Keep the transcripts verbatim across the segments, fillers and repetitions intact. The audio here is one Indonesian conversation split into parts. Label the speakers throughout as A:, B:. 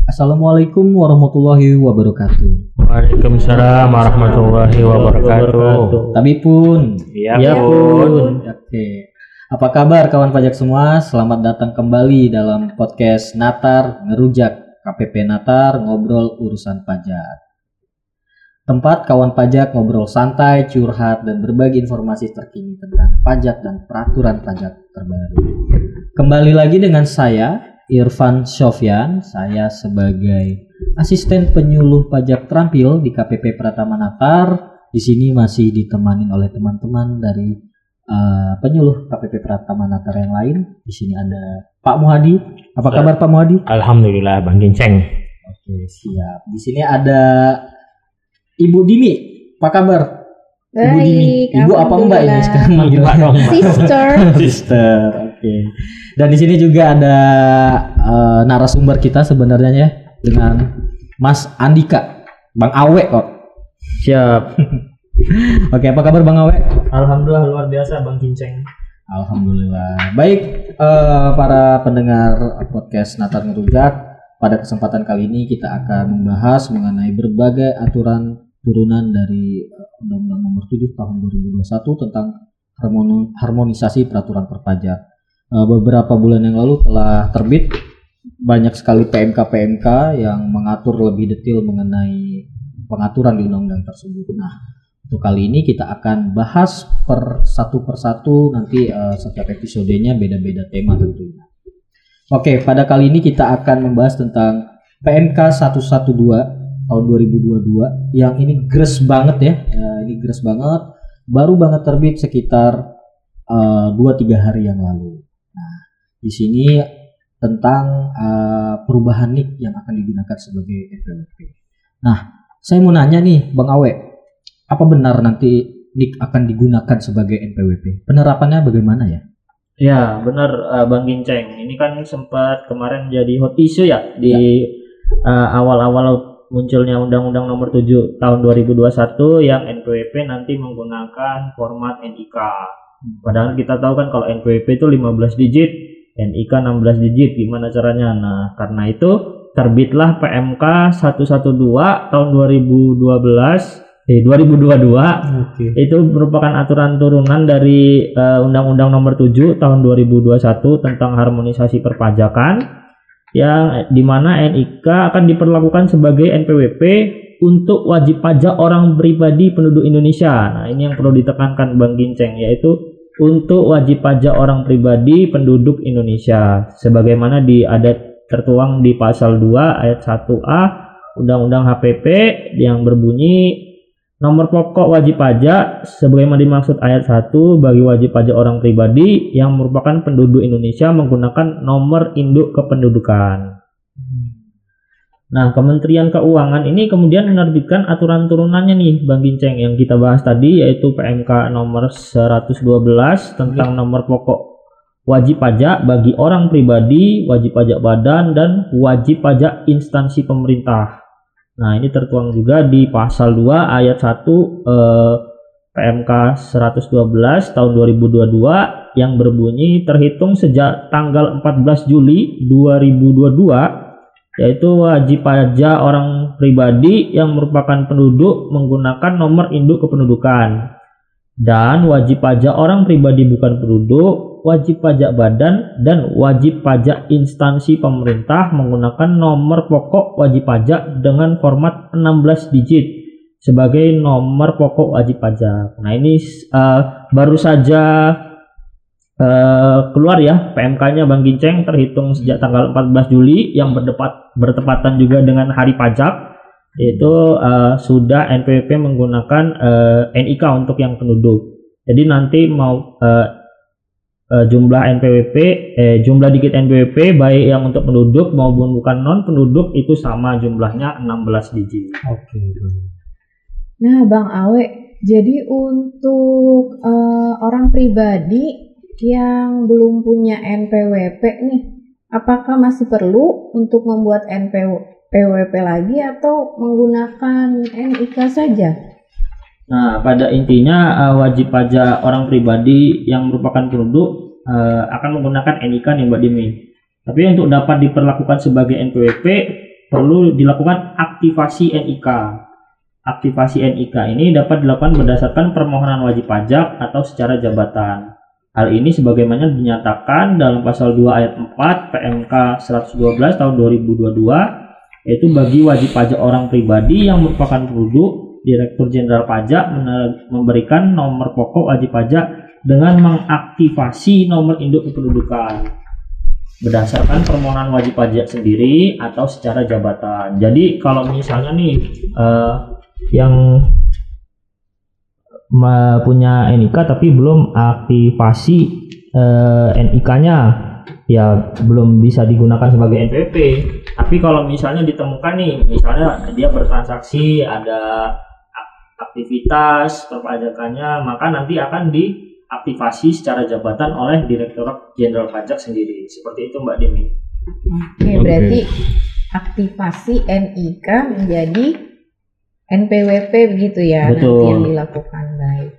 A: Assalamualaikum warahmatullahi wabarakatuh.
B: Waalaikumsalam warahmatullahi wabarakatuh.
A: Tapi pun,
B: Iya pun.
A: Oke. Apa kabar kawan pajak semua? Selamat datang kembali dalam podcast Natar Ngerujak K P P Natar Ngobrol Urusan Pajak. Tempat kawan pajak ngobrol santai, curhat, dan berbagi informasi terkini tentang pajak dan peraturan pajak terbaru. Kembali lagi dengan saya, Irfan Sofyan. Saya sebagai asisten penyuluh pajak terampil di K P P Pratama Natar. Di sini masih ditemani oleh teman-teman dari uh, penyuluh K P P Pratama Natar yang lain. Di sini ada Pak Muhadi. Apa kabar Pak Muhadi?
B: Alhamdulillah Bang Ginceng.
A: Oke, siap. Di sini ada Ibu Dimi. Apa kabar?
C: Baik,
A: Ibu Dimi. Ibu apa Mbak ini sekarang manggil Pak dong?
C: Sister.
A: Sister. Oke. Dan di sini juga ada uh, narasumber kita sebenarnya ya, dengan Mas Andika, Bang Awe kok.
B: Siap.
A: Oke, apa kabar Bang Awe?
B: Alhamdulillah luar biasa Bang Ginceng.
A: Alhamdulillah. Baik, uh, para pendengar podcast Natar Ngerujak, pada kesempatan kali ini kita akan membahas mengenai berbagai aturan turunan dari Undang-Undang Nomor tujuh Tahun dua ribu dua puluh satu tentang harmonisasi peraturan perpajak. Beberapa bulan yang lalu telah terbit banyak sekali P M K P M K yang mengatur lebih detail mengenai pengaturan di undang-undang tersebut. Nah, untuk kali ini kita akan bahas per satu persatu, nanti uh, setiap episodenya beda-beda tema tentunya. Oke, pada kali ini kita akan membahas tentang P M K seratus dua belas tahun dua ribu dua puluh dua yang ini gres banget ya. Uh, ini gres banget, baru banget terbit sekitar dua uh, tiga hari yang lalu. Nah, di sini tentang uh, perubahan N I K yang akan digunakan sebagai N P W P. Nah, saya mau nanya nih, Bang Awe, apa benar nanti N I K akan digunakan sebagai N P W P? Penerapannya bagaimana ya?
B: Ya, benar uh, Bang Ginceng. Ini kan sempat kemarin jadi hot issue ya di ya. Uh, awal-awal munculnya Undang-Undang Nomor tujuh Tahun dua ribu dua puluh satu yang N P W P nanti menggunakan format N I K. Padahal kita tahu kan kalau N P W P itu lima belas digit, N I K enam belas digit, gimana caranya? Nah, karena itu terbitlah P M K seratus dua belas tahun dua ribu dua belas eh dua ribu dua puluh dua. Okay. Itu merupakan aturan turunan dari uh, Undang-Undang Nomor tujuh Tahun dua ribu dua puluh satu tentang harmonisasi perpajakan yang dimana N I K akan diperlakukan sebagai N P W P untuk wajib pajak orang pribadi penduduk Indonesia. Nah, ini yang perlu ditekankan Bang Ginceng, yaitu untuk wajib pajak orang pribadi penduduk Indonesia sebagaimana di ada tertuang di pasal dua ayat satu A Undang-Undang H P P yang berbunyi nomor pokok wajib pajak sebagaimana dimaksud ayat satu bagi wajib pajak orang pribadi yang merupakan penduduk Indonesia menggunakan nomor induk kependudukan. Nah, Kementerian Keuangan ini kemudian menerbitkan aturan turunannya nih Bang Ginceng yang kita bahas tadi, yaitu P M K nomor seratus dua belas tentang nomor pokok wajib pajak bagi orang pribadi, wajib pajak badan, dan wajib pajak instansi pemerintah. Nah, ini tertuang juga di pasal dua ayat satu eh, P M K seratus dua belas tahun dua ribu dua puluh dua yang berbunyi terhitung sejak tanggal empat belas Juli dua ribu dua puluh dua, yaitu wajib pajak orang pribadi yang merupakan penduduk menggunakan nomor induk kependudukan, dan wajib pajak orang pribadi bukan penduduk, wajib pajak badan, dan wajib pajak instansi pemerintah menggunakan nomor pokok wajib pajak dengan format enam belas digit sebagai nomor pokok wajib pajak. Nah, ini uh, baru saja Uh, keluar ya P M K-nya Bang Ginceng, terhitung sejak tanggal empat belas Juli yang berdepat, bertepatan juga dengan hari pajak, yaitu uh, sudah N P W P menggunakan uh, N I K untuk yang penduduk. Jadi nanti mau uh, uh, jumlah N P W P eh, jumlah digit N P W P baik yang untuk penduduk maupun bukan non penduduk itu sama jumlahnya enam belas digit.
A: Oke. Okay.
C: Nah, Bang Awe, jadi untuk uh, orang pribadi yang belum punya N P W P nih, apakah masih perlu untuk membuat N P W P lagi atau menggunakan N I K saja?
B: Nah, pada intinya uh, wajib pajak orang pribadi yang merupakan penduduk uh, akan menggunakan N I K nih Mbak Dimi. Tapi untuk dapat diperlakukan sebagai N P W P perlu dilakukan aktivasi N I K. Aktivasi N I K ini dapat dilakukan berdasarkan permohonan wajib pajak atau secara jabatan. Hal ini sebagaimana dinyatakan dalam pasal dua ayat empat P M K seratus dua belas tahun dua ribu dua puluh dua, yaitu bagi wajib pajak orang pribadi yang merupakan penduduk, Direktur Jenderal Pajak memberikan nomor pokok wajib pajak dengan mengaktifasi nomor induk kependudukan berdasarkan permohonan wajib pajak sendiri atau secara jabatan. Jadi kalau misalnya nih uh, yang punya N I K tapi belum aktivasi uh, N I K-nya, ya belum bisa digunakan sebagai N P W P. Tapi kalau misalnya ditemukan nih, misalnya dia bertransaksi, ada aktivitas perpajakannya, maka nanti akan diaktifasi secara jabatan oleh Direktorat Jenderal Pajak sendiri. Seperti itu Mbak Demi.
C: Oke, berarti aktivasi N I K menjadi N P W P begitu ya.
B: Betul.
C: Nanti yang dilakukan. Baik.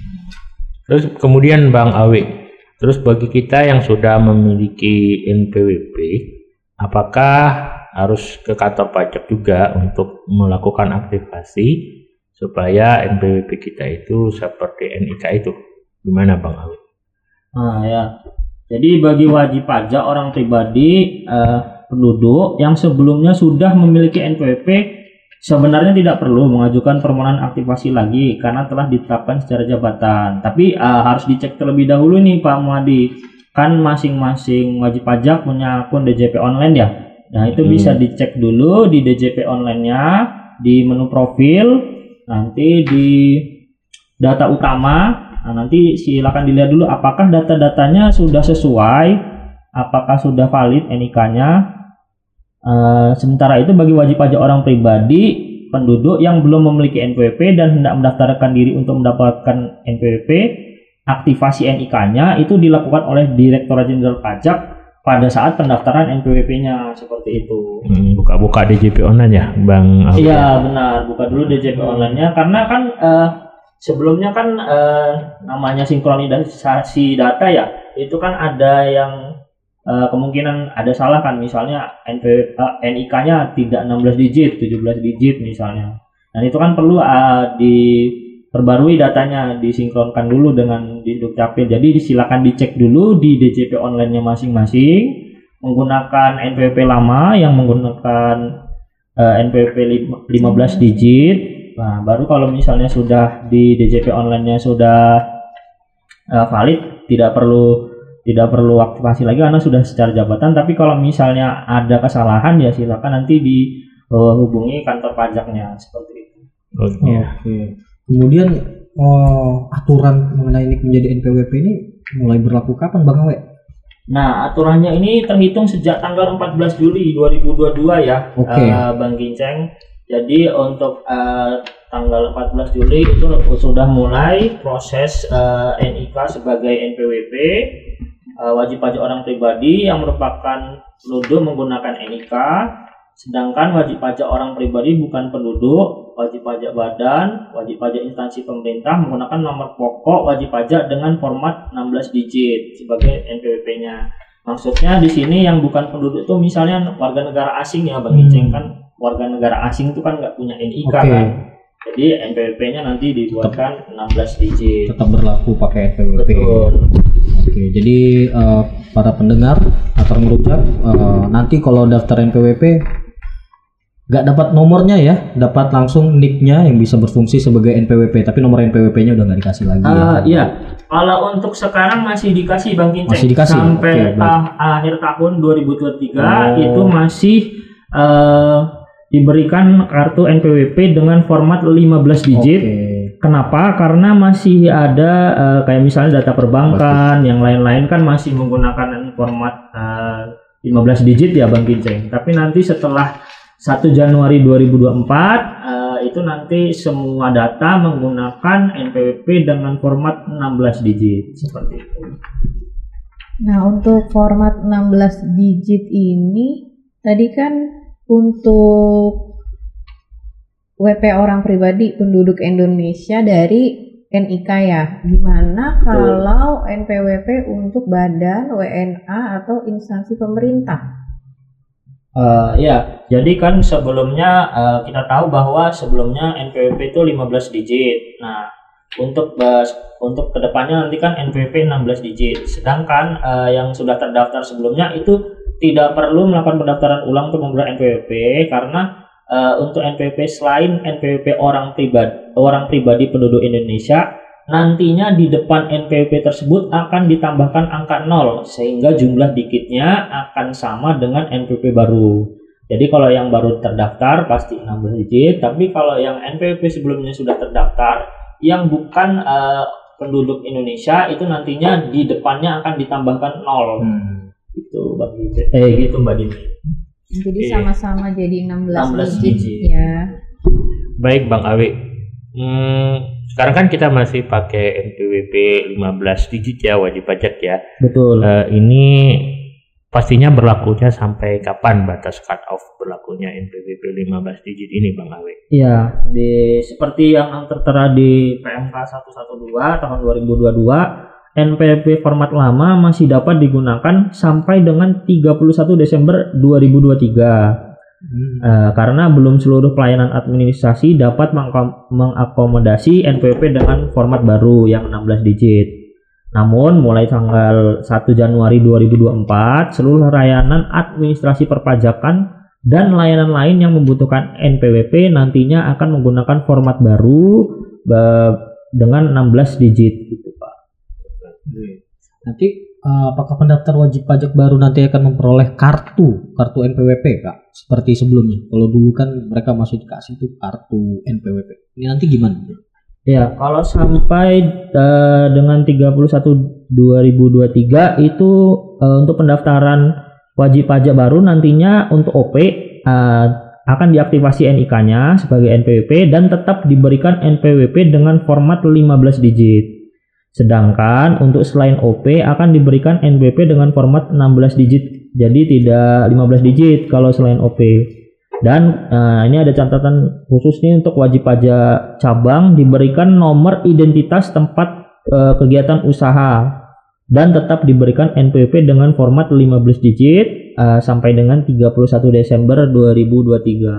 D: Terus kemudian Bang Awi, terus bagi kita yang sudah memiliki N P W P, apakah harus ke kantor pajak juga untuk melakukan aktivasi supaya N P W P kita itu seperti N I K itu? Gimana Bang Awi?
B: Nah ya, jadi bagi wajib pajak orang pribadi eh, penduduk yang sebelumnya sudah memiliki N P W P sebenarnya tidak perlu mengajukan permohonan aktivasi lagi karena telah ditetapkan secara jabatan. Tapi uh, harus dicek terlebih dahulu nih Pak Muadi. Kan masing-masing wajib pajak punya akun D J P online ya. Nah itu hmm. bisa dicek dulu di D J P online-nya, di menu profil, nanti di data utama. Nah, nanti silakan dilihat dulu apakah data-datanya sudah sesuai, apakah sudah valid N I K-nya. Uh, sementara itu bagi wajib pajak orang pribadi penduduk yang belum memiliki N P W P dan hendak mendaftarkan diri untuk mendapatkan N P W P, aktivasi N I K-nya itu dilakukan oleh Direktorat Jenderal Pajak pada saat pendaftaran N P W P-nya, seperti itu.
D: Hmm, buka-buka D J P online ya, Bang?
B: Iya benar, buka dulu D J P online-nya karena kan uh, sebelumnya kan uh, namanya sinkronisasi data ya, itu kan ada yang Uh, kemungkinan ada salah kan, misalnya N P, uh, N I K-nya tidak enam belas digit, tujuh belas digit misalnya. Dan itu kan perlu uh, diperbarui datanya, disinkronkan dulu dengan di Dukcapil. Jadi silakan dicek dulu di D J P online-nya masing-masing menggunakan N P W P lama yang menggunakan uh, N P W P lima belas digit. Nah, baru kalau misalnya sudah di D J P online-nya sudah uh, valid, tidak perlu tidak perlu aktivasi lagi karena sudah secara jabatan. Tapi kalau misalnya ada kesalahan ya silakan nanti dihubungi uh, kantor pajaknya, seperti itu.
D: Oke. Okay.
A: Okay. Kemudian oh, aturan mengenai ini menjadi N P W P ini mulai berlaku kapan Bang Awe?
B: Nah, aturannya ini terhitung sejak tanggal empat belas Juli dua ribu dua puluh dua ya,
A: okay.
B: uh, Bang Ginceng. Jadi untuk uh, tanggal empat belas Juli itu sudah mulai proses uh, N I K sebagai N P W P. Wajib pajak orang pribadi yang merupakan penduduk menggunakan N I K, sedangkan wajib pajak orang pribadi bukan penduduk, wajib pajak badan, wajib pajak instansi pemerintah menggunakan nomor pokok wajib pajak dengan format enam belas digit sebagai N P W P-nya. Maksudnya di sini yang bukan penduduk itu misalnya warga negara asing ya Bang Iceng, hmm. kan warga negara asing itu kan nggak punya N I K okay. kan. Jadi N P W P-nya nanti dibuatkan tetap, enam belas digit.
A: Tetap berlaku pakai N P W P.
B: Betul.
A: Oke, jadi uh, para pendengar atau ngerujak uh, nanti kalau daftar N P W P nggak dapat nomornya ya, dapat langsung nicknya yang bisa berfungsi sebagai N P W P, tapi nomor N P W P-nya udah nggak dikasih lagi.
B: Uh, ya. Iya, kalau untuk sekarang masih dikasih Bang Kinceng.
A: Masih dikasih
B: sampai
A: okay,
B: ta- akhir tahun dua ribu dua puluh tiga
A: oh.
B: itu masih uh, diberikan kartu N P W P dengan format lima belas digit. Okay. Kenapa? Karena masih ada uh, kayak misalnya data perbankan, yang lain-lain kan masih menggunakan format uh, lima belas digit ya Bang Kinceng. Tapi nanti setelah satu Januari dua ribu dua puluh empat uh, itu nanti semua data menggunakan N P W P dengan format enam belas digit seperti itu.
C: Nah, untuk format enam belas digit ini tadi kan untuk W P orang pribadi penduduk Indonesia dari N I K ya. Gimana kalau N P W P untuk badan, W N A atau instansi pemerintah?
B: Uh, ya, jadi kan sebelumnya uh, kita tahu bahwa sebelumnya N P W P itu lima belas digit. Nah, untuk uh, untuk kedepannya nanti kan N P W P enam belas digit. Sedangkan uh, yang sudah terdaftar sebelumnya itu tidak perlu melakukan pendaftaran ulang untuk membuat N P W P karena uh, untuk N P W P selain N P W P orang pribadi orang pribadi penduduk Indonesia, nantinya di depan N P W P tersebut akan ditambahkan angka nol sehingga jumlah digitnya akan sama dengan N P W P baru. Jadi kalau yang baru terdaftar pasti enam belas digit, tapi kalau yang N P W P sebelumnya sudah terdaftar yang bukan uh, penduduk Indonesia itu nantinya di depannya akan ditambahkan nol. Hmm. Itu Mbak Dini. Eh gitu Mbak Dini.
C: Jadi eh. sama-sama jadi enam belas,
B: enam belas digit. digit.
C: Ya.
D: Baik Bang Awi. Hmm, sekarang kan kita masih pakai N P W P lima belas digit ya, wajib pajak ya.
B: Betul.
D: Uh, ini pastinya berlakunya sampai kapan batas cut off berlakunya N P W P lima belas digit ini Bang Awi?
B: Iya, di seperti yang tertera di P M K seratus dua belas tahun dua ribu dua puluh dua, N P W P format lama masih dapat digunakan sampai dengan tiga puluh satu Desember dua ribu dua puluh tiga. Hmm. Uh, karena belum seluruh pelayanan administrasi dapat mengkom- mengakomodasi N P W P dengan format baru yang enam belas digit. Namun mulai tanggal satu Januari dua ribu dua puluh empat seluruh layanan administrasi perpajakan dan layanan lain yang membutuhkan N P W P nantinya akan menggunakan format baru uh, dengan enam belas digit gitu Pak.
A: Nanti uh, apakah pendaftar wajib pajak baru nanti akan memperoleh kartu kartu N P W P Kak seperti sebelumnya? Kalau dulu kan mereka masih dikasih tuh kartu N P W P. Ini nanti gimana?
B: Ya, kalau sampai uh, dengan tiga puluh satu Desember dua ribu dua puluh tiga itu uh, untuk pendaftaran wajib pajak baru nantinya untuk O P uh, akan diaktifasi N I K-nya sebagai N P W P dan tetap diberikan N P W P dengan format lima belas digit. Sedangkan untuk selain O P akan diberikan N P W P dengan format enam belas digit. Jadi tidak lima belas digit kalau selain O P. Dan uh, ini ada catatan khusus nih untuk wajib pajak cabang diberikan nomor identitas tempat uh, kegiatan usaha dan tetap diberikan N P W P dengan format lima belas digit uh, sampai dengan tiga puluh satu Desember dua ribu dua puluh tiga.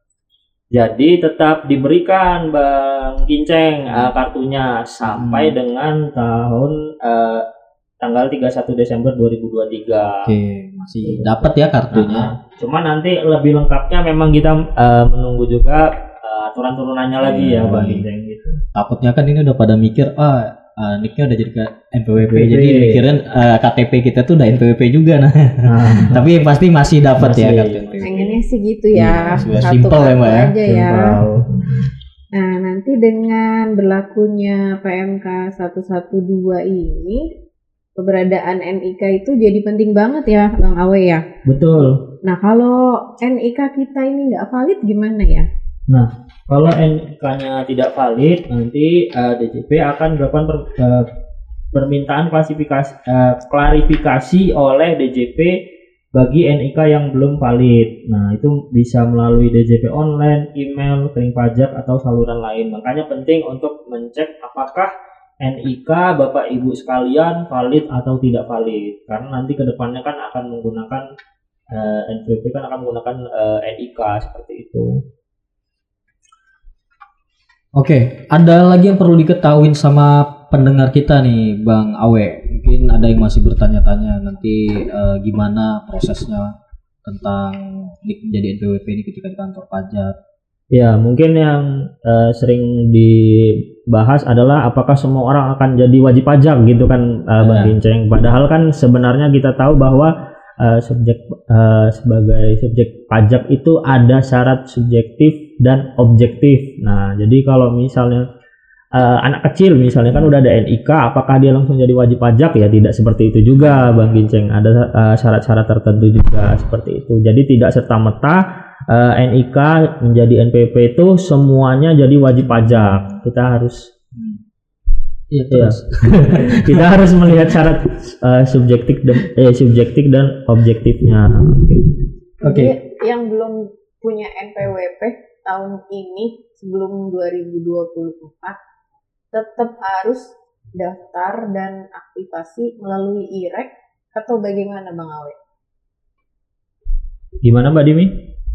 B: Jadi tetap diberikan Bang Ginceng uh, kartunya sampai hmm. dengan tahun uh, tanggal tiga puluh satu Desember dua ribu dua puluh tiga.
A: Oke, masih dapat ya kartunya.
B: Nah, cuma nanti lebih lengkapnya memang kita uh, menunggu juga uh, aturan turunannya yeah, lagi ya Bang Ginceng gitu.
A: Takutnya kan ini udah pada mikir ah uh, nicknya udah jadi ke N P W P, jadi mikirin uh, K T P kita tuh udah N P W P juga nah. nah. Tapi pasti masih dapat ya kartu N P W P.
C: Pengennya sih gitu ya.
A: ya Satu simple ya Mbak ya.
C: Aja ya. Nah, nanti dengan berlakunya P M K seratus dua belas ini keberadaan N I K itu jadi penting banget ya Bang Awe ya.
B: Betul.
C: Nah kalau N I K kita ini nggak valid gimana ya?
B: Nah kalau N I K-nya tidak valid nanti uh, D J P akan melakukan per, uh, permintaan klasifikasi uh, klarifikasi oleh D J P bagi N I K yang belum valid. Nah itu bisa melalui D J P online, email, kering pajak atau saluran lain. Makanya penting untuk mencek apakah N I K Bapak Ibu sekalian valid atau tidak valid, karena nanti kedepannya kan akan menggunakan uh, N P W P kan akan menggunakan uh, N I K seperti itu.
A: Oke, ada lagi yang perlu diketahui sama pendengar kita nih Bang Awe. Mungkin ada yang masih bertanya-tanya nanti uh, gimana prosesnya tentang menjadi N P W P ini ketika di kantor pajak.
B: Ya, mungkin yang uh, sering dibahas adalah apakah semua orang akan jadi wajib pajak gitu kan uh, Bang Ginceng. Padahal kan sebenarnya kita tahu bahwa uh, subjek uh, sebagai subjek pajak itu ada syarat subjektif dan objektif. Nah, jadi kalau misalnya uh, anak kecil misalnya kan udah ada N I K, apakah dia langsung jadi wajib pajak? Ya tidak seperti itu juga Bang Ginceng. Ada uh, syarat-syarat tertentu juga seperti itu. Jadi tidak serta-merta Uh, N I K menjadi N P W P itu semuanya jadi wajib pajak. Kita harus
A: Iya terus.
B: Kita harus melihat syarat uh, subjektif dan eh, subjektif dan objektifnya. Oke.
C: Okay. Okay. Yang belum punya N P W P tahun ini sebelum dua ribu dua puluh empat tetap harus daftar dan aktivasi melalui I R E K atau bagaimana Bang Awe?
B: Gimana Mbak Dimi?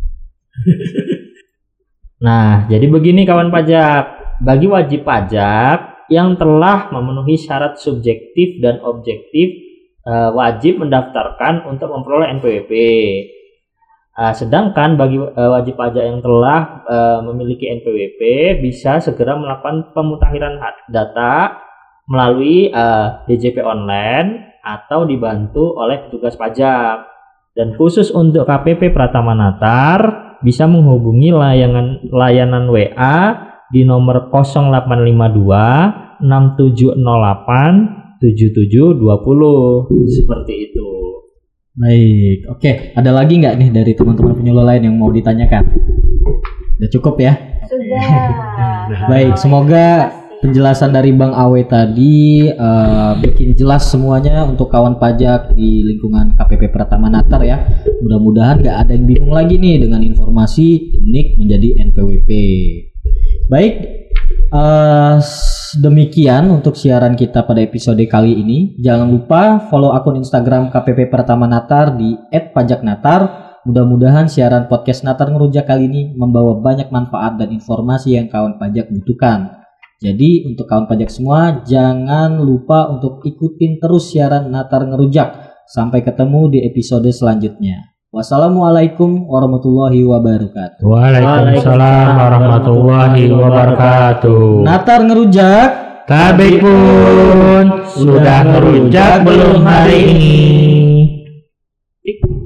B: Nah, jadi begini kawan pajak. Bagi wajib pajak yang telah memenuhi syarat subjektif dan objektif uh, wajib mendaftarkan untuk memperoleh N P W P. Uh, sedangkan bagi uh, wajib pajak yang telah uh, memiliki N P W P bisa segera melakukan pemutahiran data melalui uh, D J P online atau dibantu oleh petugas pajak. Dan khusus untuk K P P Pratama Natar bisa menghubungi layanan layanan W A di nomor nol delapan lima dua enam tujuh nol delapan tujuh tujuh dua nol seperti itu.
A: Baik, oke. Ada lagi nggak nih dari teman-teman penyuluh lain yang mau ditanyakan? Udah cukup ya?
C: Sudah.
A: Baik, semoga penjelasan dari Bang Awe tadi uh, bikin jelas semuanya untuk kawan pajak di lingkungan K P P Pratama Natar ya. Mudah-mudahan nggak ada yang bingung lagi nih dengan informasi N I K menjadi N P W P. Baik, uh, demikian untuk siaran kita pada episode kali ini. Jangan lupa follow akun Instagram K P P Pratama Natar di et pajak natar. Mudah-mudahan siaran podcast Natar Ngerujak kali ini membawa banyak manfaat dan informasi yang kawan pajak butuhkan. Jadi untuk kawan pajak semua jangan lupa untuk ikutin terus siaran Natar Ngerujak. Sampai ketemu di episode selanjutnya. Wassalamualaikum warahmatullahi wabarakatuh.
D: Waalaikumsalam warahmatullahi wabarakatuh.
A: Natar Ngerujak,
D: Tabik pun sudah ngerujak belum hari ini?